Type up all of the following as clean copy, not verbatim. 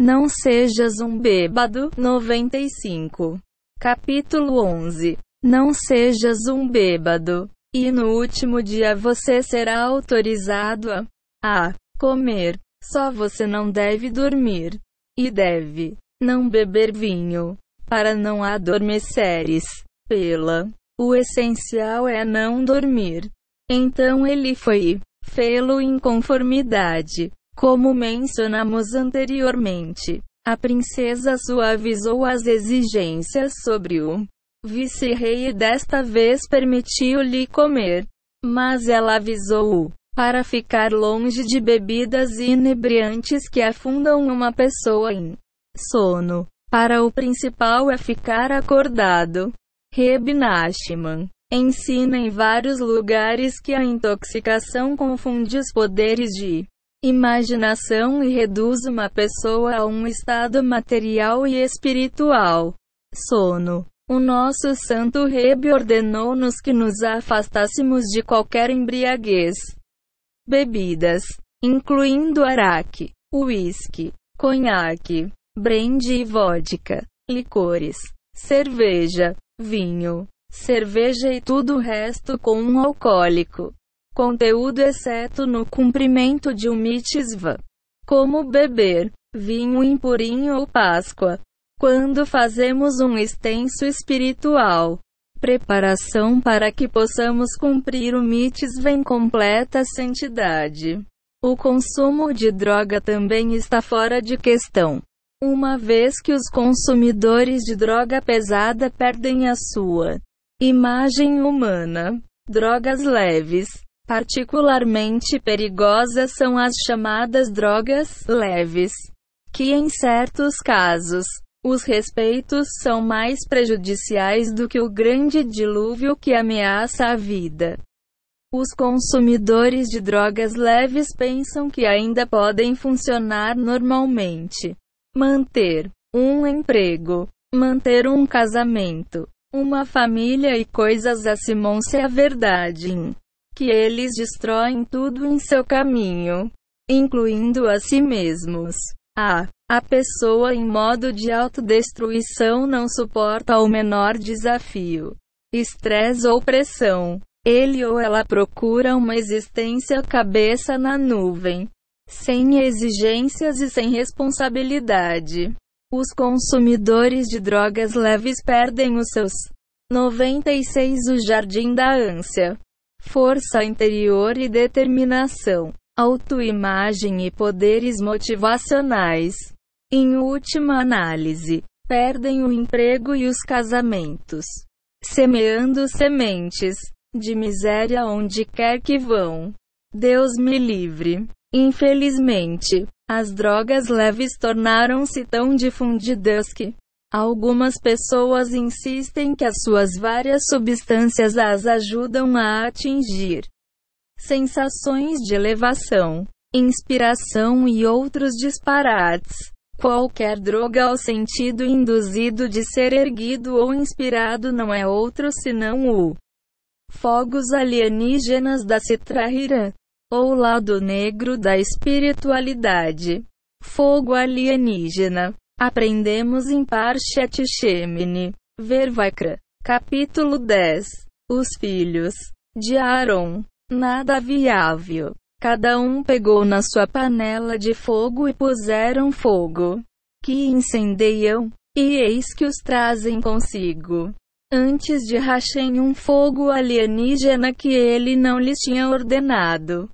Não sejas um bêbado. 95. Capítulo 11. Não sejas um bêbado. E no último dia você será autorizado a comer. Só você não deve dormir. E deve não beber vinho, para não adormeceres. O essencial é não dormir. Então ele foi fê-lo em conformidade. Como mencionamos anteriormente, a princesa suavizou as exigências sobre o vice-rei e desta vez permitiu-lhe comer. Mas ela avisou-o para ficar longe de bebidas inebriantes que afundam uma pessoa em sono. Para o principal é ficar acordado. Reb Nachman ensina em vários lugares que a intoxicação confunde os poderes de imaginação e reduz uma pessoa a um estado material e espiritual. Sono. O nosso santo Reb ordenou-nos que nos afastássemos de qualquer embriaguez. Bebidas, incluindo araque, uísque, conhaque, brandy e vodka, licores, cerveja, vinho, cerveja e tudo o resto com um alcoólico conteúdo, exceto no cumprimento de um mitzvah, como beber vinho em Purim ou Páscoa. Quando fazemos um extenso espiritual preparação para que possamos cumprir o mitzvah em completa santidade, o consumo de droga também está fora de questão, uma vez que os consumidores de droga pesada perdem a sua imagem humana. Drogas leves, particularmente perigosas, são as chamadas drogas leves, que em certos casos, os respeitos são mais prejudiciais do que o grande dilúvio que ameaça a vida. Os consumidores de drogas leves pensam que ainda podem funcionar normalmente, manter um emprego, manter um casamento, uma família e coisas assim. Se a verdade que eles destroem tudo em seu caminho, incluindo a si mesmos. A pessoa em modo de autodestruição não suporta o menor desafio, estresse ou pressão. Ele ou ela procura uma existência cabeça na nuvem, sem exigências e sem responsabilidade. Os consumidores de drogas leves perdem os seus 96. O jardim da ânsia, força interior e determinação, autoimagem e poderes motivacionais. Em última análise, perdem o emprego e os casamentos, semeando sementes de miséria onde quer que vão. Deus me livre. Infelizmente, as drogas leves tornaram-se tão difundidas que algumas pessoas insistem que as suas várias substâncias as ajudam a atingir sensações de elevação, inspiração e outros disparates. Qualquer droga ao sentido induzido de ser erguido ou inspirado não é outro senão o fogos alienígenas da Sitrahira, ou lado negro da espiritualidade. Fogo alienígena. Aprendemos em Parshat Shemini, Vervaikra, capítulo 10. Os filhos de Aaron, Nadav e Avihu, cada um pegou na sua panela de fogo e puseram fogo, que incendeiam, e eis que os trazem consigo, antes de Hashem, um fogo alienígena que ele não lhes tinha ordenado.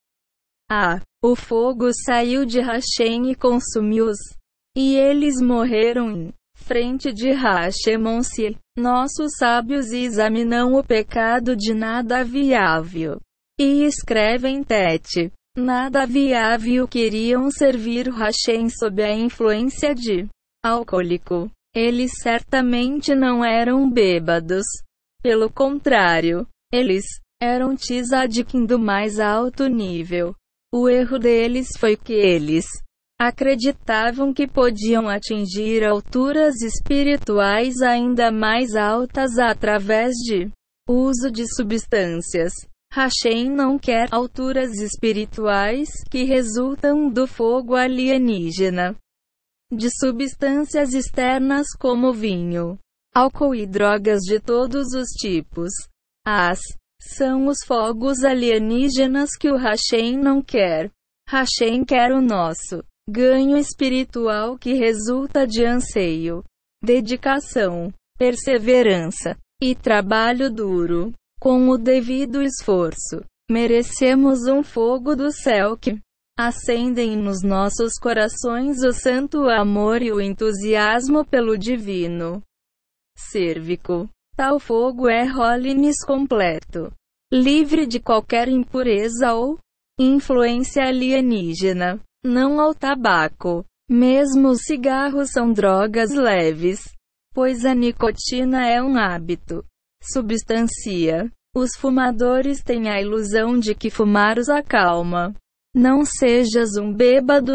O fogo saiu de Hashem e consumiu-os, e eles morreram em frente de Hashem. Nossos sábios examinam o pecado de Nadav e Avihu, e escrevem Tete. Nadav e Avihu queriam servir Hashem sob a influência de alcoólico. Eles certamente não eram bêbados. Pelo contrário, eles eram tzadikim do mais alto nível. O erro deles foi que eles acreditavam que podiam atingir alturas espirituais ainda mais altas através de uso de substâncias. Hashem não quer alturas espirituais que resultam do fogo alienígena. de substâncias externas como vinho, álcool e drogas de todos os tipos. São os fogos alienígenas que o Hashem não quer. Hashem quer o nosso ganho espiritual que resulta de anseio, dedicação, perseverança e trabalho duro. Com o devido esforço, merecemos um fogo do céu que acendem nos nossos corações o santo amor e o entusiasmo pelo divino. Cérvico. Tal fogo é holiness completo, livre de qualquer impureza ou influência alienígena. Não ao tabaco. Mesmo os cigarros são drogas leves, pois a nicotina é um hábito. Substância. Os fumadores têm a ilusão de que fumar os acalma. Não sejas um bêbado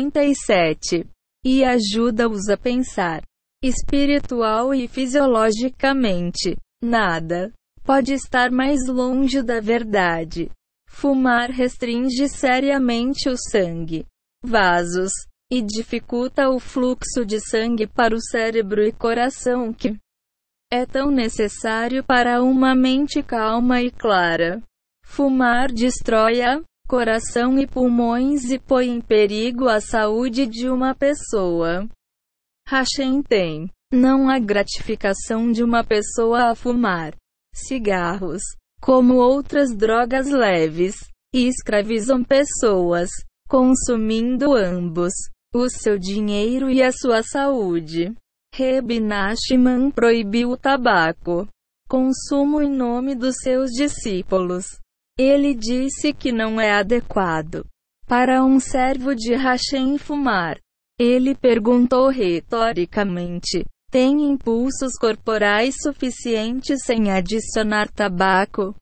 97. E ajuda-os a pensar espiritual e fisiologicamente. Nada pode estar mais longe da verdade. Fumar restringe seriamente o sangue, vasos, e dificulta o fluxo de sangue para o cérebro e coração que é tão necessário para uma mente calma e clara. Fumar destrói a coração e pulmões e põe em perigo a saúde de uma pessoa. Hashem tem. Não há gratificação de uma pessoa a fumar cigarros, como outras drogas leves, e escravizam pessoas, consumindo ambos, o seu dinheiro e a sua saúde. Reb Nachman proibiu o tabaco consumo em nome dos seus discípulos. Ele disse que não é adequado para um servo de Hashem fumar. Ele perguntou retoricamente: tem impulsos corporais suficientes sem adicionar tabaco?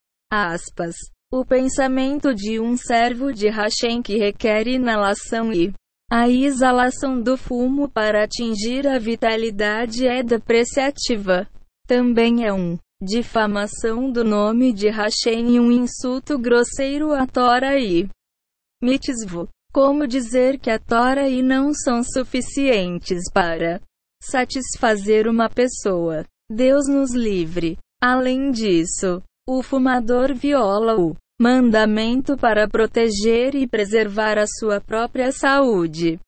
O pensamento de um servo de Hashem que requer inalação e a exalação do fumo para atingir a vitalidade é depreciativa. Também é difamação do nome de Hashem e um insulto grosseiro à Torá e mitzvot. Como dizer que a Torá e não são suficientes para satisfazer uma pessoa. Deus nos livre. Além disso, o fumador viola o mandamento para proteger e preservar a sua própria saúde.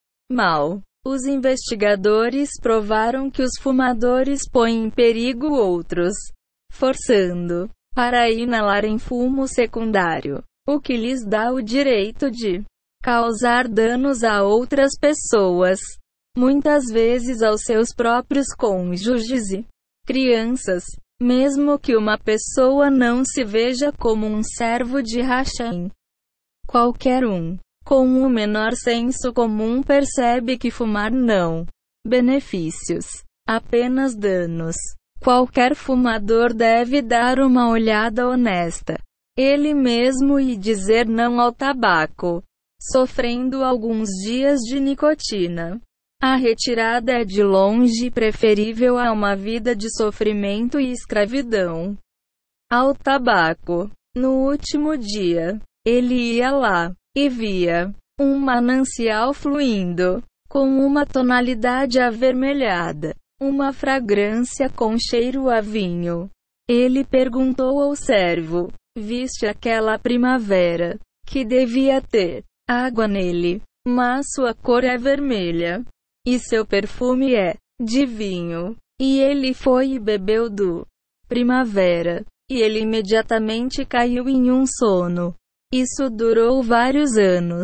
Os investigadores provaram que os fumadores põem em perigo outros, forçando para inalarem fumo secundário, o que lhes dá o direito de causar danos a outras pessoas, muitas vezes aos seus próprios cônjuges e crianças. Mesmo que uma pessoa não se veja como um servo de Hashem, qualquer com o menor senso comum percebe que fumar não benefícios, apenas danos. Qualquer fumador deve dar uma olhada honesta ele mesmo e dizer não ao tabaco, sofrendo alguns dias de nicotina. A retirada é de longe preferível a uma vida de sofrimento e escravidão. Ao tabaco. No último dia, ele ia lá e via um manancial fluindo, com uma tonalidade avermelhada, uma fragrância com cheiro a vinho. Ele perguntou ao servo: viste aquela primavera, que devia ter água nele, mas sua cor é vermelha. E seu perfume é de vinho. E ele foi e bebeu do primavera. E ele imediatamente caiu em um sono. Isso durou vários anos.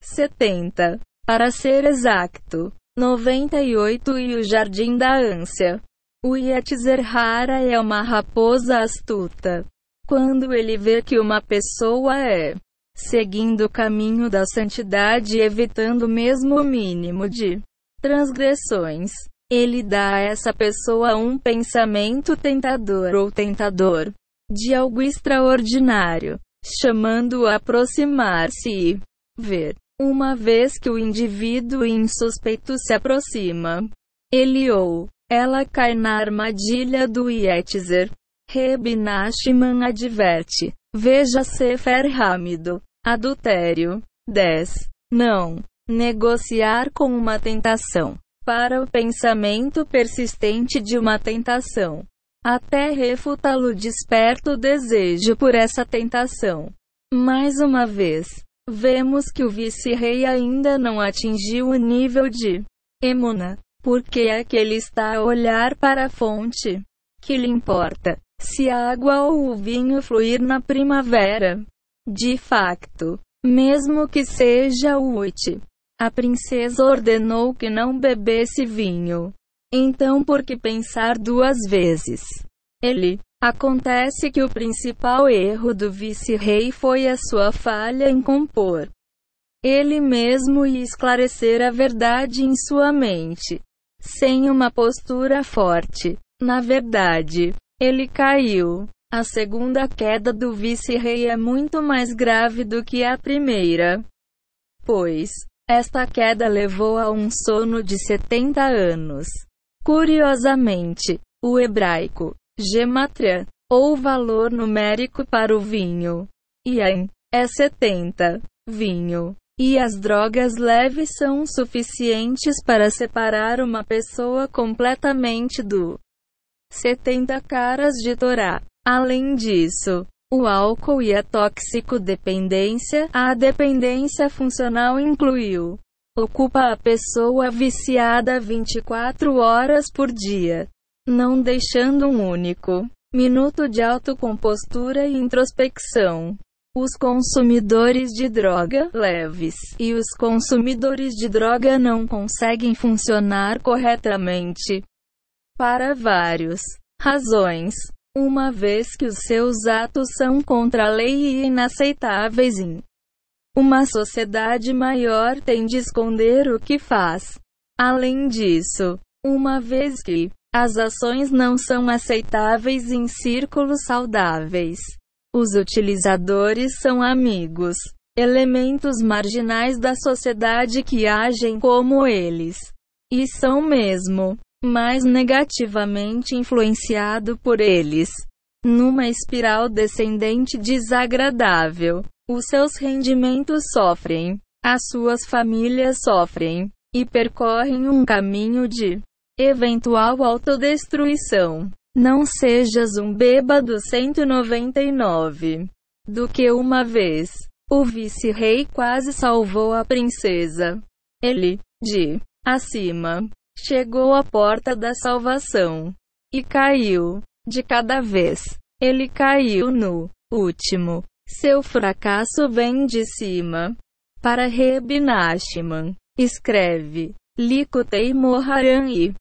70. Para ser exato. 98. E o jardim da ânsia. O Yetzer Hara é uma raposa astuta. Quando ele vê que uma pessoa é seguindo o caminho da santidade e evitando mesmo o mínimo de transgressões, ele dá a essa pessoa um pensamento tentador ou tentador de algo extraordinário, chamando-o a aproximar-se e ver. Uma vez que o indivíduo insuspeito se aproxima, ele ou ela cai na armadilha do Yetzer. Reb Nachman adverte. Veja Sefer Hamido. Adultério. 10. Não negociar com uma tentação. para o pensamento persistente de uma tentação. Até refutá-lo desperta o desejo por essa tentação. Mais uma vez, vemos que o vice-rei ainda não atingiu o nível de emuna, porque é que ele está a olhar para a fonte. Que lhe importa se a água ou o vinho fluir na primavera? De facto, mesmo que seja o Uti, a princesa ordenou que não bebesse vinho. Então por que pensar duas vezes? Acontece que o principal erro do vice-rei foi a sua falha em compor ele mesmo e esclarecer a verdade em sua mente. Sem uma postura forte, na verdade, ele caiu. A segunda queda do vice-rei é muito mais grave do que a primeira, pois esta queda levou a um sono de 70 anos. Curiosamente, o hebraico gematria, ou valor numérico para o vinho, Yain, é 70. Vinho e as drogas leves são suficientes para separar uma pessoa completamente do 70 caras de Torá. Além disso, o álcool e a toxicodependência, a dependência funcional ocupa a pessoa viciada 24 horas por dia, não deixando um único minuto de autocompostura e introspecção. Os consumidores de droga leves e os consumidores de droga não conseguem funcionar corretamente para várias razões, uma vez que os seus atos são contra a lei e inaceitáveis em uma sociedade maior tem de esconder o que faz. Além disso, uma vez que as ações não são aceitáveis em círculos saudáveis, os utilizadores são amigos, elementos marginais da sociedade que agem como eles, e são mesmo mais negativamente influenciado por eles. Numa espiral descendente desagradável, os seus rendimentos sofrem, as suas famílias sofrem, e percorrem um caminho de eventual autodestruição. Não sejas um bêbado 199. Do que uma vez, o vice-rei quase salvou a princesa. Ele, de acima, chegou à porta da salvação. E caiu. De cada vez, ele caiu no último. Seu fracasso vem de cima. Para Reb Nachman, escreve Likutei Moharan I,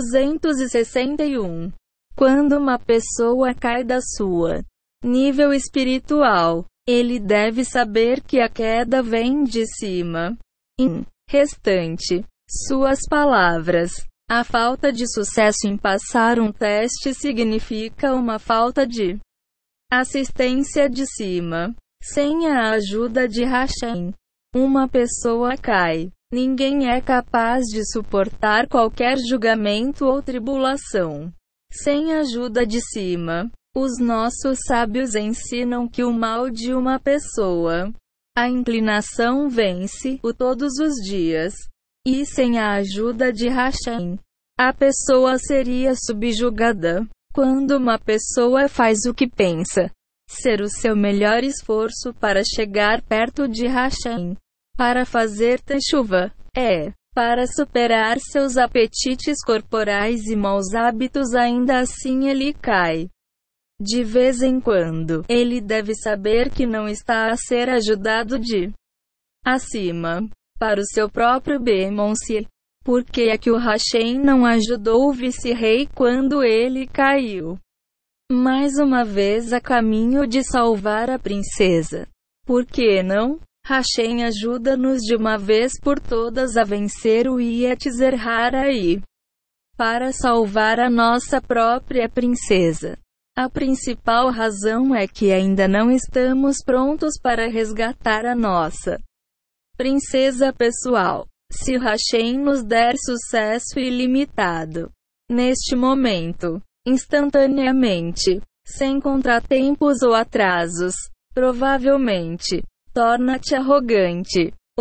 261. Quando uma pessoa cai da sua nível espiritual, ele deve saber que a queda vem de cima. Em restante, suas palavras, a falta de sucesso em passar um teste significa uma falta de assistência de cima. Sem a ajuda de Hashem, uma pessoa cai. Ninguém é capaz de suportar qualquer julgamento ou tribulação sem ajuda de cima. Os nossos sábios ensinam que o mal de uma pessoa, a inclinação vence-o todos os dias. E sem a ajuda de Hashem, a pessoa seria subjugada. Quando uma pessoa faz o que pensa ser o seu melhor esforço para chegar perto de Hashem, para fazer teshuva, para superar seus apetites corporais e maus hábitos, ainda assim ele cai. De vez em quando, ele deve saber que não está a ser ajudado de acima, para o seu próprio bem-se. Por que é que o Hashem não ajudou o vice-rei quando ele caiu? Mais uma vez a caminho de salvar a princesa. Por que não? Hashem ajuda-nos de uma vez por todas a vencer o Yetzer Hara e para salvar a nossa própria princesa. A principal razão é que ainda não estamos prontos para resgatar a nossa princesa pessoal. Se Hashem nos der sucesso ilimitado neste momento, instantaneamente, sem contratempos ou atrasos, provavelmente torna-te arrogante,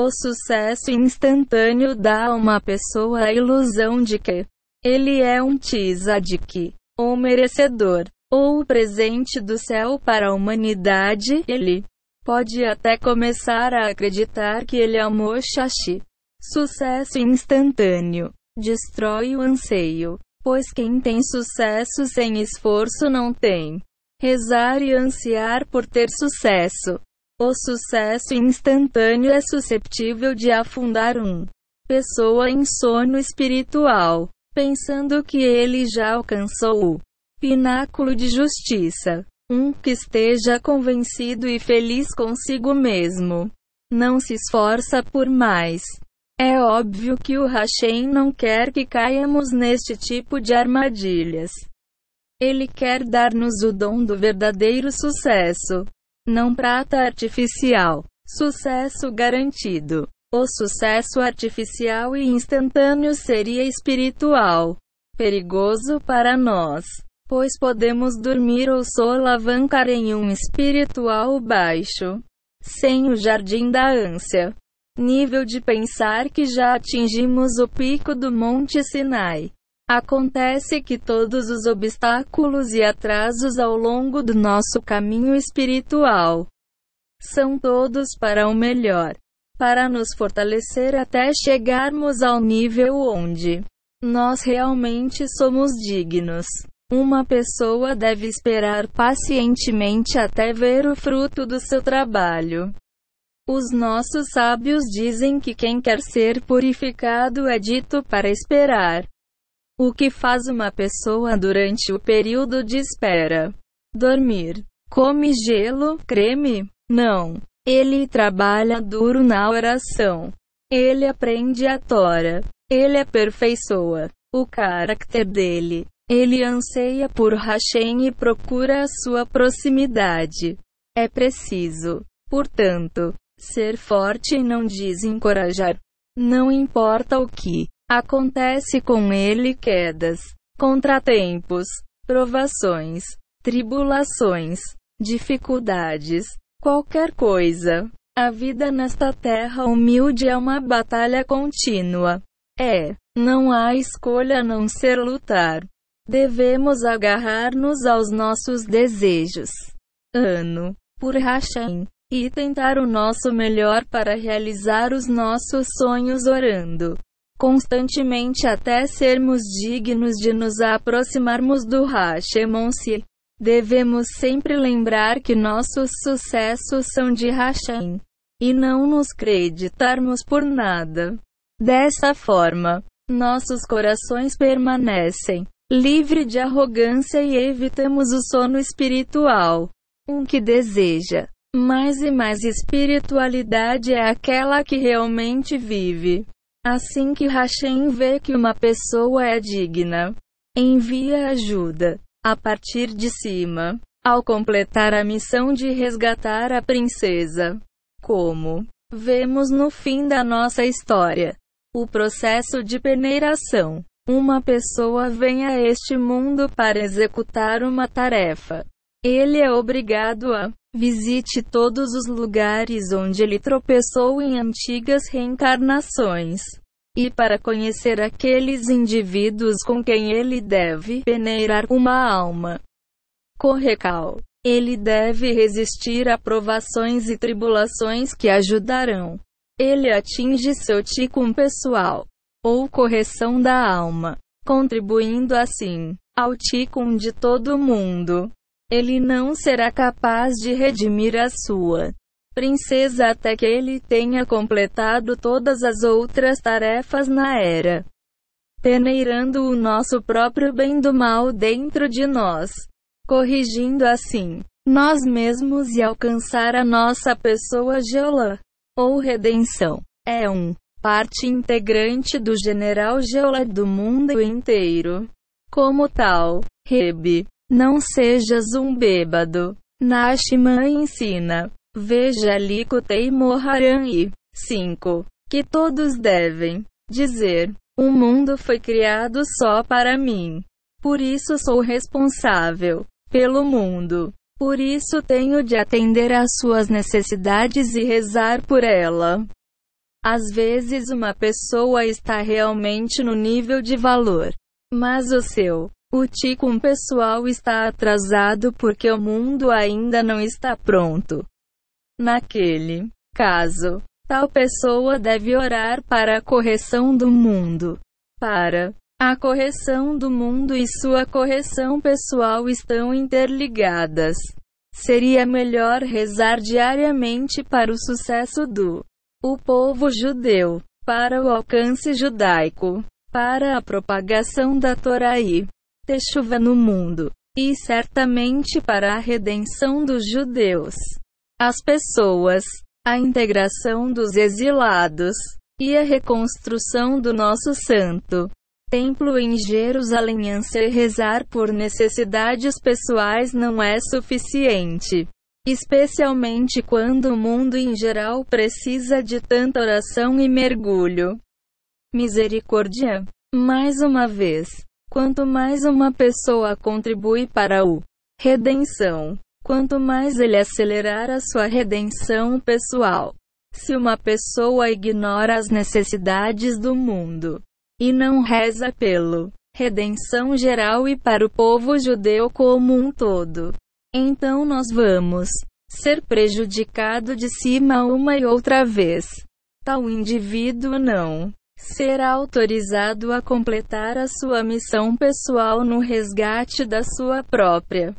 O sucesso instantâneo dá a uma pessoa a ilusão de que ele é um tzadik, ou merecedor, ou o presente do céu para a humanidade. Ele pode até começar a acreditar que ele amou Shashi. Sucesso instantâneo destrói o anseio, pois quem tem sucesso sem esforço não tem. Rezar e ansiar por ter sucesso. O sucesso instantâneo é suscetível de afundar uma pessoa em sono espiritual, pensando que ele já alcançou o pináculo de justiça. Que esteja convencido e feliz consigo mesmo não se esforça por mais. É óbvio que o Hashem não quer que caiamos neste tipo de armadilhas. Ele quer dar-nos o dom do verdadeiro sucesso, não prata artificial. Sucesso garantido. O sucesso artificial e instantâneo seria espiritual, perigoso para nós, pois podemos dormir ou solavancar em um espiritual baixo, sem o jardim da ânsia. Nível de pensar que já atingimos o pico do Monte Sinai. Acontece que todos os obstáculos e atrasos ao longo do nosso caminho espiritual são todos para o melhor, para nos fortalecer até chegarmos ao nível onde nós realmente somos dignos. Uma pessoa deve esperar pacientemente até ver o fruto do seu trabalho. Os nossos sábios dizem que quem quer ser purificado é dito para esperar. O que faz uma pessoa durante o período de espera? Dormir. Come gelo, creme? Não. Ele trabalha duro na oração. Ele aprende a Tora. Ele aperfeiçoa o caráter dele. Ele anseia por Hashem e procura a sua proximidade. É preciso, portanto, ser forte e não desencorajar. Não importa o que acontece com ele, quedas, contratempos, provações, tribulações, dificuldades, qualquer coisa. A vida nesta terra humilde é uma batalha contínua. Não há escolha a não ser lutar. Devemos agarrar-nos aos nossos desejos, por Hashem, e tentar o nosso melhor para realizar os nossos sonhos orando constantemente até sermos dignos de nos aproximarmos do Hashemon-se. Devemos sempre lembrar que nossos sucessos são de Hashem, e não nos creditarmos por nada. Dessa forma, nossos corações permanecem livres de arrogância e evitamos o sono espiritual. Que deseja mais e mais espiritualidade é aquela que realmente vive. Assim que Hashem vê que uma pessoa é digna, envia ajuda a partir de cima, ao completar a missão de resgatar a princesa. Como vemos no fim da nossa história, o processo de peneiração. Uma pessoa vem a este mundo para executar uma tarefa. Ele é obrigado a visite todos os lugares onde ele tropeçou em antigas reencarnações. E para conhecer aqueles indivíduos com quem ele deve peneirar uma alma correcal, ele deve resistir a provações e tribulações que ajudarão ele atinge seu tikkun pessoal, ou correção da alma, contribuindo assim ao tikkun de todo mundo. Ele não será capaz de redimir a sua princesa até que ele tenha completado todas as outras tarefas na era, peneirando o nosso próprio bem do mal dentro de nós, corrigindo assim nós mesmos e alcançar a nossa pessoa Geolá, ou redenção. É parte integrante do general Geolá do mundo inteiro. Como tal, Reb, não sejas um bêbado. Nashman ensina. Veja Likutei Moharan e 5. Que todos devem dizer: o mundo foi criado só para mim. Por isso sou responsável pelo mundo. Por isso tenho de atender às suas necessidades e rezar por ela. Às vezes uma pessoa está realmente no nível de valor, mas o Ticum pessoal está atrasado porque o mundo ainda não está pronto. Naquele caso, tal pessoa deve orar para a correção do mundo. Para a correção do mundo e sua correção pessoal estão interligadas. Seria melhor rezar diariamente para o sucesso do povo judeu, para o alcance judaico, para a propagação da Torá e Teshuva no mundo, e certamente para a redenção dos judeus, as pessoas, a integração dos exilados, e a reconstrução do nosso santo templo em Jerusalém. Rezar por necessidades pessoais não é suficiente, especialmente quando o mundo em geral precisa de tanta oração e mergulho. Misericórdia. Mais uma vez, quanto mais uma pessoa contribui para a redenção, quanto mais ele acelerar a sua redenção pessoal. Se uma pessoa ignora as necessidades do mundo e não reza pelo redenção geral e para o povo judeu como um todo, então nós vamos ser prejudicado de cima uma e outra vez. Tal indivíduo não será autorizado a completar a sua missão pessoal no resgate da sua própria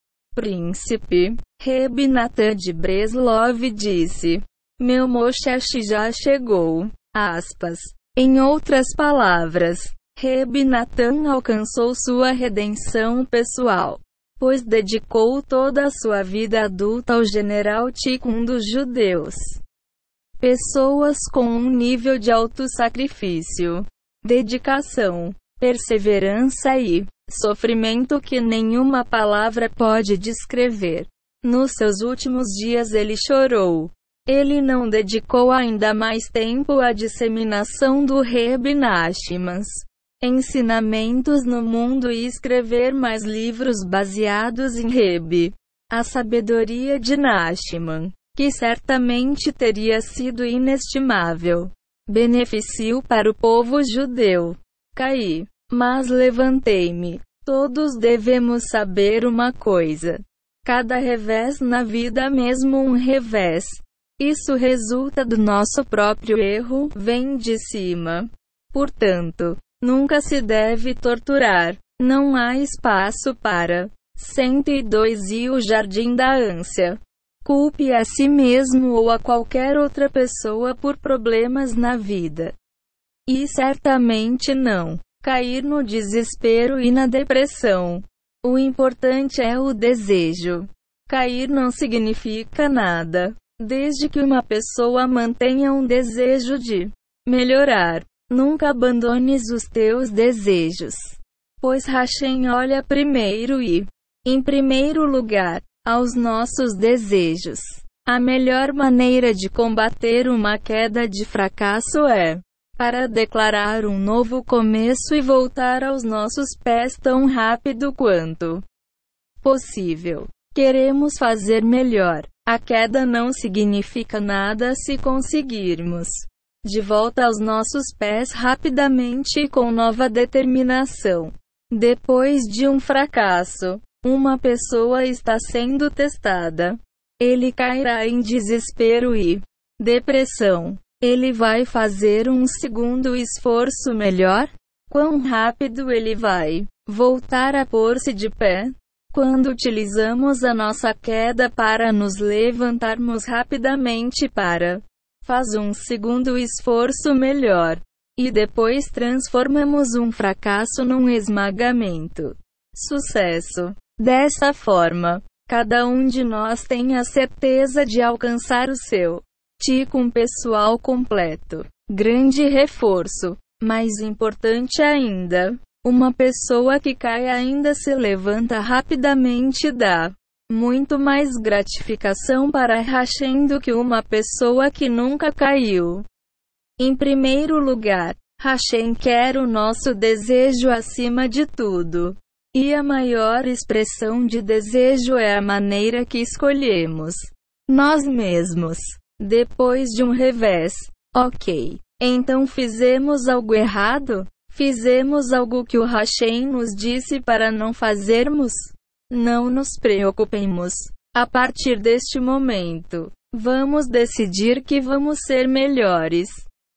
príncipe. Reb Natan de Breslov disse: meu Moshiach já chegou. Aspas. Em outras palavras, Reb Natan alcançou sua redenção pessoal, pois dedicou toda a sua vida adulta ao general Ticum dos judeus. Pessoas com um nível de autossacrifício, dedicação, perseverança e sofrimento que nenhuma palavra pode descrever. Nos seus últimos dias ele chorou. Ele não dedicou ainda mais tempo à disseminação do Reb Nachman's ensinamentos no mundo e escrever mais livros baseados em Reb, a sabedoria de Nachman, que certamente teria sido inestimável benefício para o povo judeu. Caí, mas levantei-me. Todos devemos saber uma coisa. Cada revés na vida, mesmo um revés, isso resulta do nosso próprio erro, vem de cima. Portanto, nunca se deve torturar. Não há espaço para 102 e o jardim da ânsia. Culpe a si mesmo ou a qualquer outra pessoa por problemas na vida. E certamente não cair no desespero e na depressão. O importante é o desejo. Cair não significa nada, desde que uma pessoa mantenha um desejo de melhorar. Nunca abandones os teus desejos, pois Hashem olha primeiro e, em primeiro lugar, aos nossos desejos. A melhor maneira de combater uma queda de fracasso é para declarar um novo começo e voltar aos nossos pés tão rápido quanto possível. Queremos fazer melhor. A queda não significa nada se conseguirmos de volta aos nossos pés rapidamente e com nova determinação. Depois de um fracasso, uma pessoa está sendo testada. Ele cairá em desespero e depressão. Ele vai fazer um segundo esforço melhor? Quão rápido ele vai voltar a pôr-se de pé? Quando utilizamos a nossa queda para nos levantarmos rapidamente para faz um segundo esforço melhor, e depois transformamos um fracasso num esmagamento. Sucesso. Dessa forma, cada um de nós tem a certeza de alcançar o seu Ticum pessoal completo. Grande reforço. Mais importante ainda, uma pessoa que cai ainda se levanta rapidamente dá muito mais gratificação para Hashem do que uma pessoa que nunca caiu. Em primeiro lugar, Hashem quer o nosso desejo acima de tudo. E a maior expressão de desejo é a maneira que escolhemos nós mesmos. Depois de um revés, Ok. Então fizemos algo errado? Fizemos algo que o Hashem nos disse para não fazermos? Não nos preocupemos. A partir deste momento, vamos decidir que vamos ser melhores.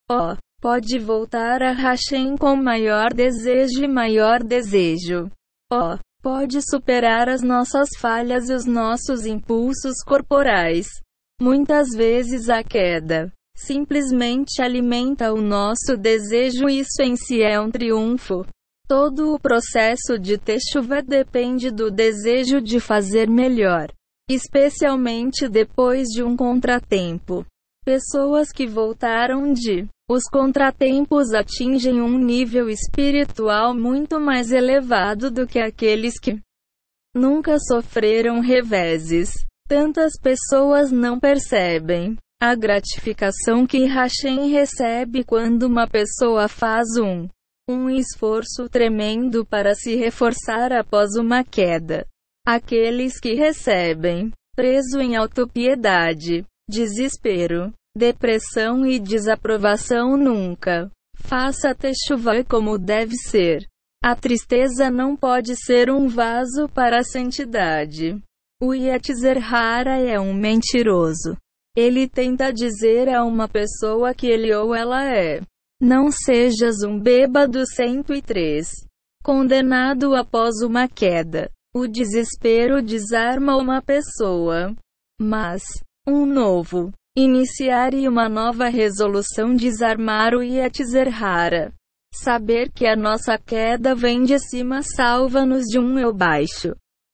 Pode voltar a Hashem com maior desejo e maior desejo. Pode superar as nossas falhas e os nossos impulsos corporais. Muitas vezes a queda simplesmente alimenta o nosso desejo e isso em si é um triunfo. Todo o processo de Teshuvah depende do desejo de fazer melhor, especialmente depois de um contratempo. Pessoas que voltaram os contratempos atingem um nível espiritual muito mais elevado do que aqueles que nunca sofreram reveses. Tantas pessoas não percebem a gratificação que Hashem recebe quando uma pessoa faz um esforço tremendo para se reforçar após uma queda. Aqueles que recebem, preso em autopiedade, desespero, depressão e desaprovação nunca. Faça Teshuvah como deve ser. A tristeza não pode ser um vaso para a santidade. O Yetzer Hara é um mentiroso. Ele tenta dizer a uma pessoa que ele ou ela é. Não sejas um bêbado 103. Condenado após uma queda. O desespero desarma uma pessoa. Mas, um novo iniciar e uma nova resolução desarmar o Yetzer Hara. Saber que a nossa queda vem de cima salva-nos de um eu baixo.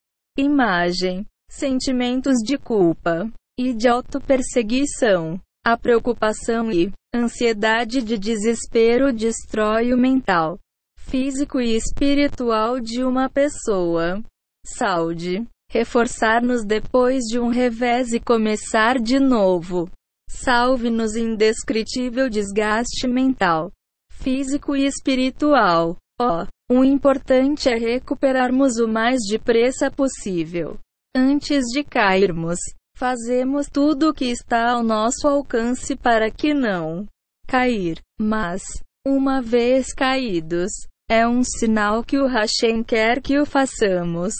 Imagem, sentimentos de culpa e de autoperseguição. A preocupação e ansiedade de desespero destrói o mental, físico e espiritual de uma pessoa. Saúde. Reforçar-nos depois de um revés e começar de novo. Salve-nos indescritível desgaste mental, físico e espiritual. O importante é recuperarmos o mais depressa possível. Antes de cairmos, fazemos tudo o que está ao nosso alcance para que não cair. Mas, uma vez caídos, é um sinal que o Hashem quer que o façamos.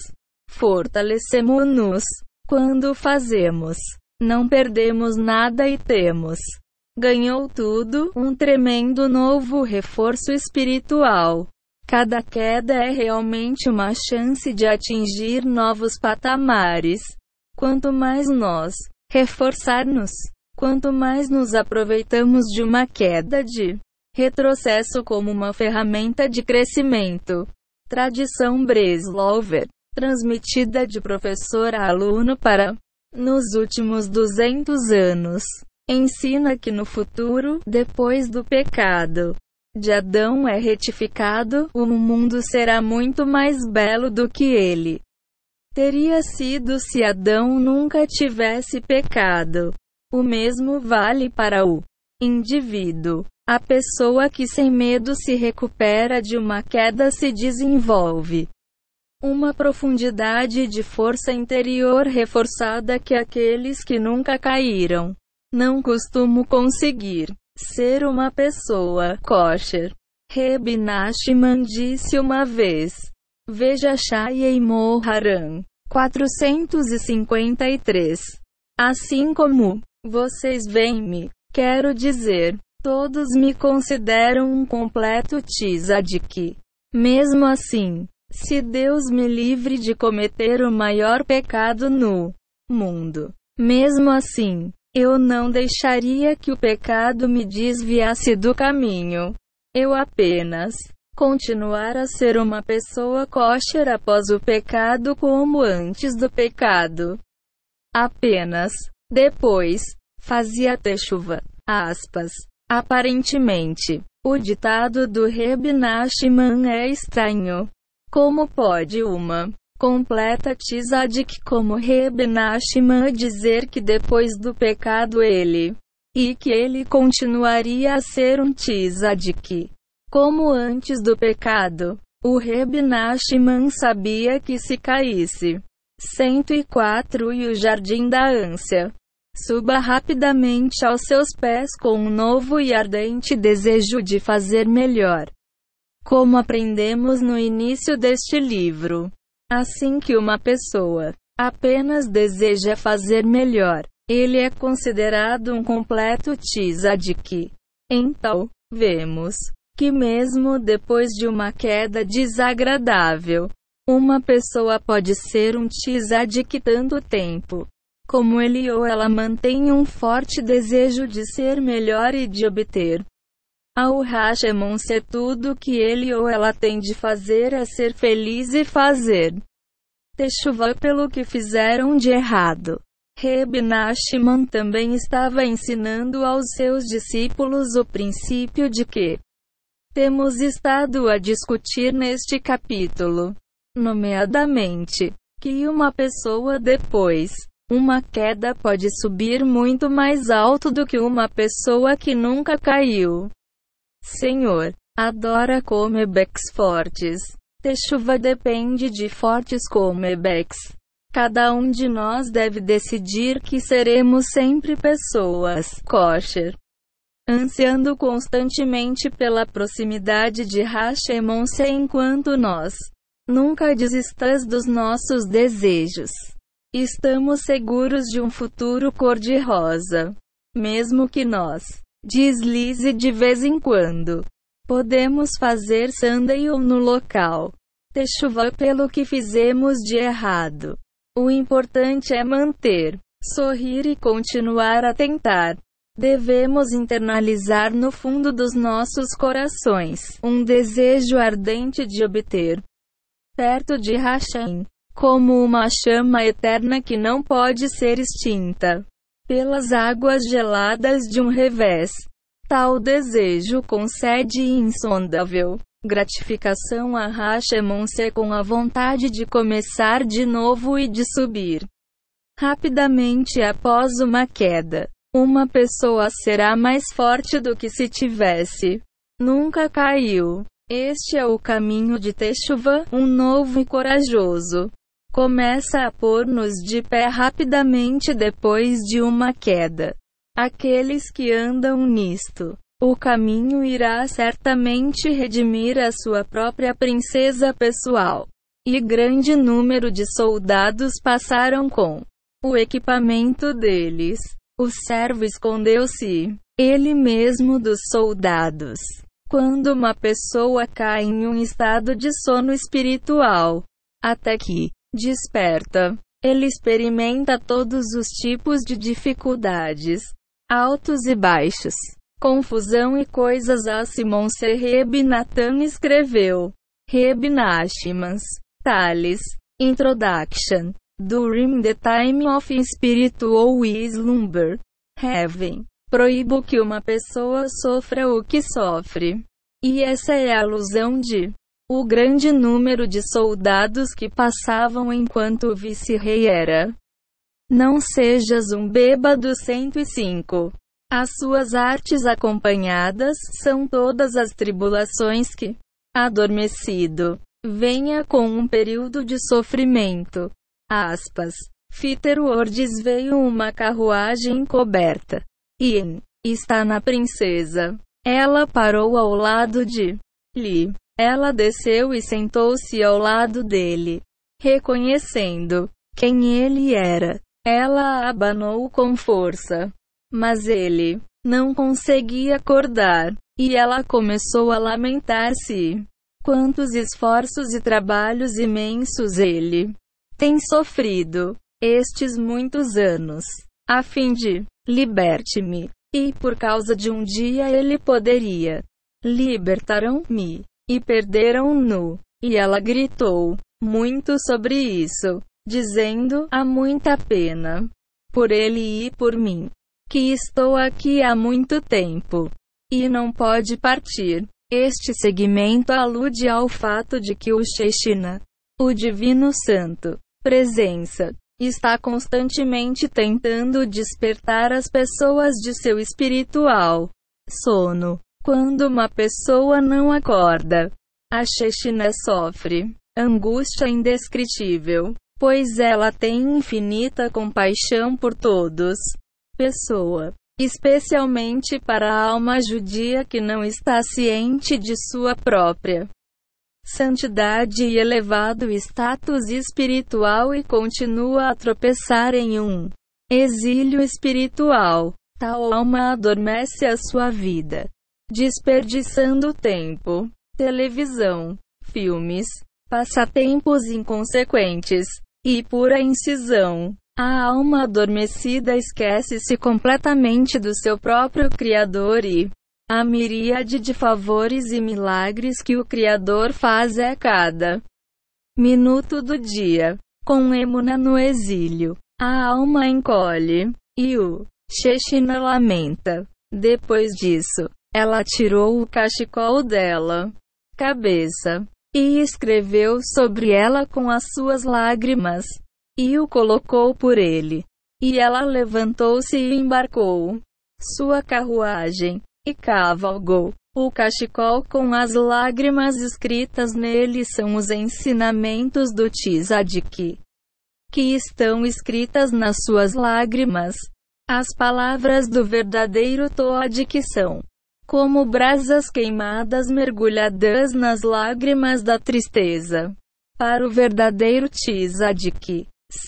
Fortalecemos-nos. Quando fazemos, não perdemos nada e temos ganhou tudo, um tremendo novo reforço espiritual. Cada queda é realmente uma chance de atingir novos patamares. Quanto mais nós reforçar-nos, quanto mais nos aproveitamos de uma queda de retrocesso como uma ferramenta de crescimento. Tradição Breslover, transmitida de professor a aluno nos últimos 200 anos, ensina que no futuro, depois do pecado de Adão é retificado, o mundo será muito mais belo do que ele teria sido se Adão nunca tivesse pecado. O mesmo vale para o indivíduo. A pessoa que sem medo se recupera de uma queda se desenvolve uma profundidade de força interior reforçada que aqueles que nunca caíram não costumam conseguir. Ser uma pessoa kosher. Reb Nachman disse uma vez. Veja Shayei Moharan 453. Assim como vocês veem-me, quero dizer, todos me consideram um completo tzadik. Mesmo assim, se Deus me livre de cometer o maior pecado no mundo, mesmo assim, eu não deixaria que o pecado me desviasse do caminho. Eu apenas continuar a ser uma pessoa kosher após o pecado como antes do pecado. Apenas, depois, fazia Teshuvah. Aparentemente, o ditado do Reb Nachman é estranho. Como pode uma completa tzadik como Reb Nachman dizer que depois do pecado ele continuaria a ser um tzadik como antes do pecado? O Reb Nachman sabia que se caísse 104 e o jardim da ânsia Suba rapidamente aos seus pés com um novo e ardente desejo de fazer melhor. Como aprendemos no início deste livro, assim que uma pessoa apenas deseja fazer melhor, ele é considerado um completo tzadik. Então, vemos que mesmo depois de uma queda desagradável, uma pessoa pode ser um tzadik tanto tempo como ele ou ela mantém um forte desejo de ser melhor e de obter ao Hashemon ser tudo que ele ou ela tem de fazer é ser feliz e fazer Teshuvah pelo que fizeram de errado. Reb Nachman também estava ensinando aos seus discípulos o princípio de que temos estado a discutir neste capítulo, nomeadamente, que uma pessoa depois uma queda pode subir muito mais alto do que uma pessoa que nunca caiu. Senhor, adora comebacks fortes. Teshuvah depende de fortes comebacks. Cada um de nós deve decidir que seremos sempre pessoas kosher, ansiando constantemente pela proximidade de Hashemon enquanto nós nunca desistas dos nossos desejos. Estamos seguros de um futuro cor-de-rosa. Mesmo que nós deslize de vez em quando, podemos fazer Sunday no local. Teshuvah pelo que fizemos de errado. O importante é manter, sorrir e continuar a tentar. Devemos internalizar no fundo dos nossos corações um desejo ardente de obter perto de Hashem, como uma chama eterna que não pode ser extinta pelas águas geladas de um revés. Tal desejo concede insondável gratificação a Hashemon com a vontade de começar de novo e de subir rapidamente após uma queda. Uma pessoa será mais forte do que se tivesse nunca caiu. Este é o caminho de Teshuvah, um novo e corajoso. Começa a pôr-nos de pé rapidamente depois de uma queda. Aqueles que andam nisto, o caminho irá certamente redimir a sua própria princesa pessoal. E grande número de soldados passaram com o equipamento deles. O servo escondeu-se, ele mesmo dos soldados. Quando uma pessoa cai em um estado de sono espiritual, até que desperta, ele experimenta todos os tipos de dificuldades, altos e baixos, confusão e coisas a Simon C. Reb Natan escreveu. Reb Nachman, Tales, Introduction, During the Time of Spiritual Slumber, Heaven. Proíbo que uma pessoa sofra o que sofre. E essa é a alusão de o grande número de soldados que passavam enquanto o vice-rei era. Não sejas um bêbado 105. As suas artes acompanhadas são todas as tribulações que, adormecido, venha com um período de sofrimento. Aspas. Fiterwords veio uma carruagem coberta. E está na princesa. Ela parou ao lado de Li. Ela desceu e sentou-se ao lado dele. Reconhecendo quem ele era, ela a abanou com força. Mas ele não conseguia acordar. E ela começou a lamentar-se. Quantos esforços e trabalhos imensos ele tem sofrido estes muitos anos, a fim de liberte-me. E por causa de um dia ele poderia. Libertaram-me. E perderam-no. E ela gritou muito sobre isso, dizendo, há muita pena por ele e por mim, que estou aqui há muito tempo. E não pode partir. Este segmento alude ao fato de que o Shekhinah, o Divino Santo, presença, está constantemente tentando despertar as pessoas de seu espiritual sono. Quando uma pessoa não acorda, a Shekhinah sofre angústia indescritível, pois ela tem infinita compaixão por todos. pessoa, especialmente para a alma judia que não está ciente de sua própria santidade e elevado status espiritual e continua a tropeçar em um exílio espiritual. Tal alma adormece a sua vida, desperdiçando tempo, televisão, filmes, passatempos inconsequentes e pura incisão. A alma adormecida esquece-se completamente do seu próprio Criador e a miríade de favores e milagres que o Criador faz a cada minuto do dia. Com Emuna no exílio, a alma encolhe, e o Shechina lamenta. Depois disso, ela tirou o cachecol dela cabeça e escreveu sobre ela com as suas lágrimas, e o colocou por ele. E ela levantou-se e embarcou sua carruagem, e cavalgou. O cachecol com as lágrimas escritas nele são os ensinamentos do Tzadik, que estão escritas nas suas lágrimas. As palavras do verdadeiro Tzadik são como brasas queimadas mergulhadas nas lágrimas da tristeza. Para o verdadeiro Tzadik.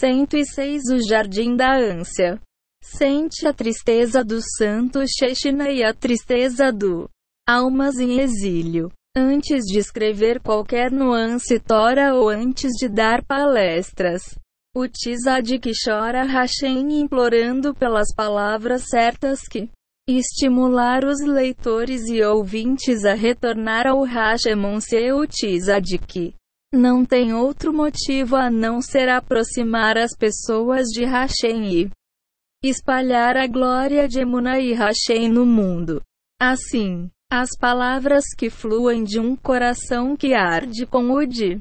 106 O Jardim da Ânsia. Sente a tristeza do santo Shechina e a tristeza do almas em exílio. Antes de escrever qualquer nuance Torá ou antes de dar palestras, o Tzadik chora Hashem implorando pelas palavras certas que estimular os leitores e ouvintes a retornar ao Hashemon. Seu Tzadik não tem outro motivo a não ser aproximar as pessoas de Hashem e espalhar a glória de Emuna e Hashem no mundo. Assim, as palavras que fluem de um coração que arde com o de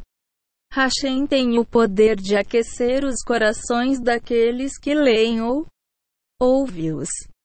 Hashem têm o poder de aquecer os corações daqueles que leem ou ouve-os.